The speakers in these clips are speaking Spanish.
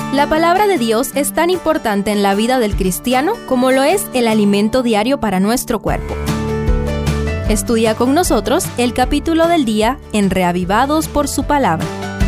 La palabra de Dios es tan importante en la vida del cristiano como lo es el alimento diario para nuestro cuerpo. Estudia con nosotros el capítulo del día en Reavivados por su palabra.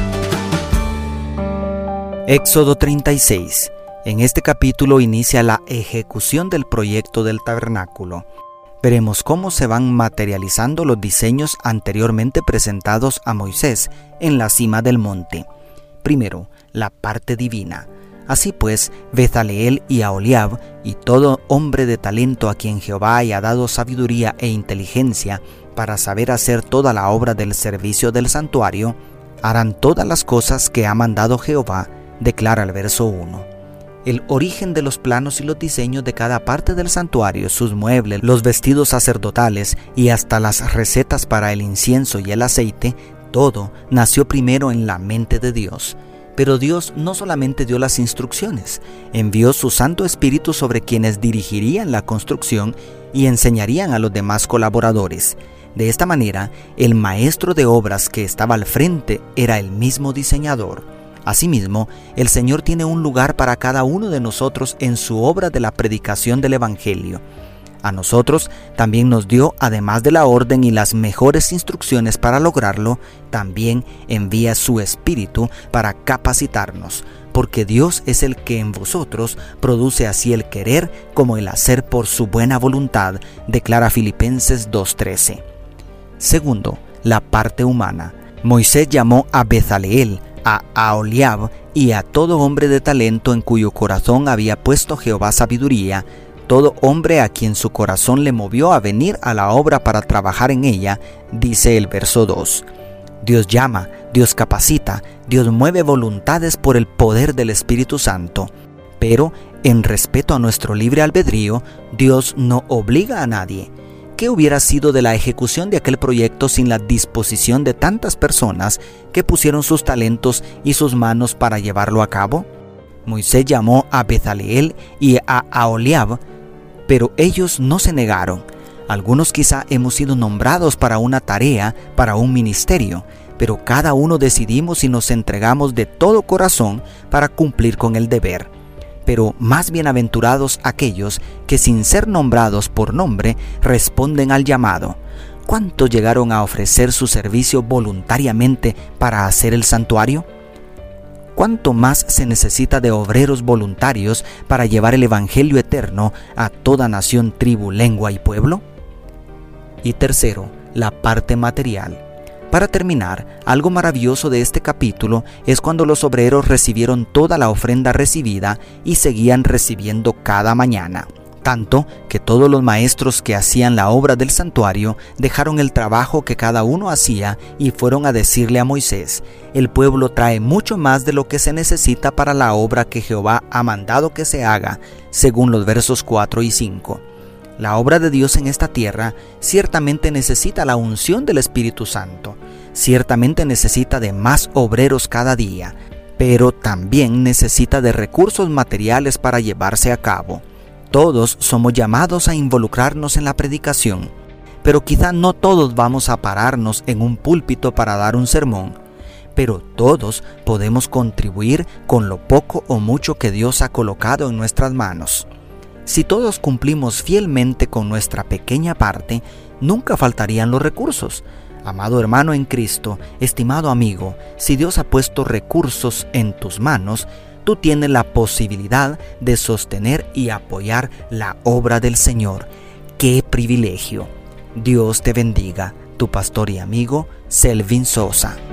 Éxodo 36. En este capítulo inicia la ejecución del proyecto del tabernáculo. Veremos cómo se van materializando los diseños anteriormente presentados a Moisés en la cima del monte. Primero, la parte divina. Así pues, Bezaleel y Aholiab y todo hombre de talento a quien Jehová haya dado sabiduría e inteligencia para saber hacer toda la obra del servicio del santuario, harán todas las cosas que ha mandado Jehová, declara el verso 1. El origen de los planos y los diseños de cada parte del santuario, sus muebles, los vestidos sacerdotales y hasta las recetas para el incienso y el aceite, todo nació primero en la mente de Dios. Pero Dios no solamente dio las instrucciones, envió su Santo Espíritu sobre quienes dirigirían la construcción y enseñarían a los demás colaboradores. De esta manera, el maestro de obras que estaba al frente era el mismo diseñador. Asimismo, el Señor tiene un lugar para cada uno de nosotros en su obra de la predicación del Evangelio. A nosotros también nos dio, además de la orden y las mejores instrucciones para lograrlo, también envía su Espíritu para capacitarnos, porque Dios es el que en vosotros produce así el querer como el hacer por su buena voluntad, declara Filipenses 2:13. Segundo, la parte humana. Moisés llamó a Bezaleel, a Aholiab y a todo hombre de talento en cuyo corazón había puesto Jehová sabiduría, todo hombre a quien su corazón le movió a venir a la obra para trabajar en ella, dice el verso 2. Dios llama, Dios capacita, Dios mueve voluntades por el poder del Espíritu Santo. Pero, en respeto a nuestro libre albedrío, Dios no obliga a nadie. ¿Qué hubiera sido de la ejecución de aquel proyecto sin la disposición de tantas personas que pusieron sus talentos y sus manos para llevarlo a cabo? Moisés llamó a Bezaleel y a Aholiab, pero ellos no se negaron. Algunos quizá hemos sido nombrados para una tarea, para un ministerio, pero cada uno decidimos y nos entregamos de todo corazón para cumplir con el deber. Pero más bienaventurados aquellos que sin ser nombrados por nombre responden al llamado. ¿Cuántos llegaron a ofrecer su servicio voluntariamente para hacer el santuario? ¿Cuánto más se necesita de obreros voluntarios para llevar el Evangelio eterno a toda nación, tribu, lengua y pueblo? Y tercero, la parte material. Para terminar, algo maravilloso de este capítulo es cuando los obreros recibieron toda la ofrenda recibida y seguían recibiendo cada mañana. Tanto que todos los maestros que hacían la obra del santuario dejaron el trabajo que cada uno hacía y fueron a decirle a Moisés: el pueblo trae mucho más de lo que se necesita para la obra que Jehová ha mandado que se haga, según los versos 4 y 5. La obra de Dios en esta tierra ciertamente necesita la unción del Espíritu Santo, ciertamente necesita de más obreros cada día, pero también necesita de recursos materiales para llevarse a cabo. Todos somos llamados a involucrarnos en la predicación, pero quizá no todos vamos a pararnos en un púlpito para dar un sermón, pero todos podemos contribuir con lo poco o mucho que Dios ha colocado en nuestras manos. Si todos cumplimos fielmente con nuestra pequeña parte, nunca faltarían los recursos. Amado hermano en Cristo, estimado amigo, si Dios ha puesto recursos en tus manos, tú tienes la posibilidad de sostener y apoyar la obra del Señor. ¡Qué privilegio! Dios te bendiga, tu pastor y amigo, Selvin Sosa.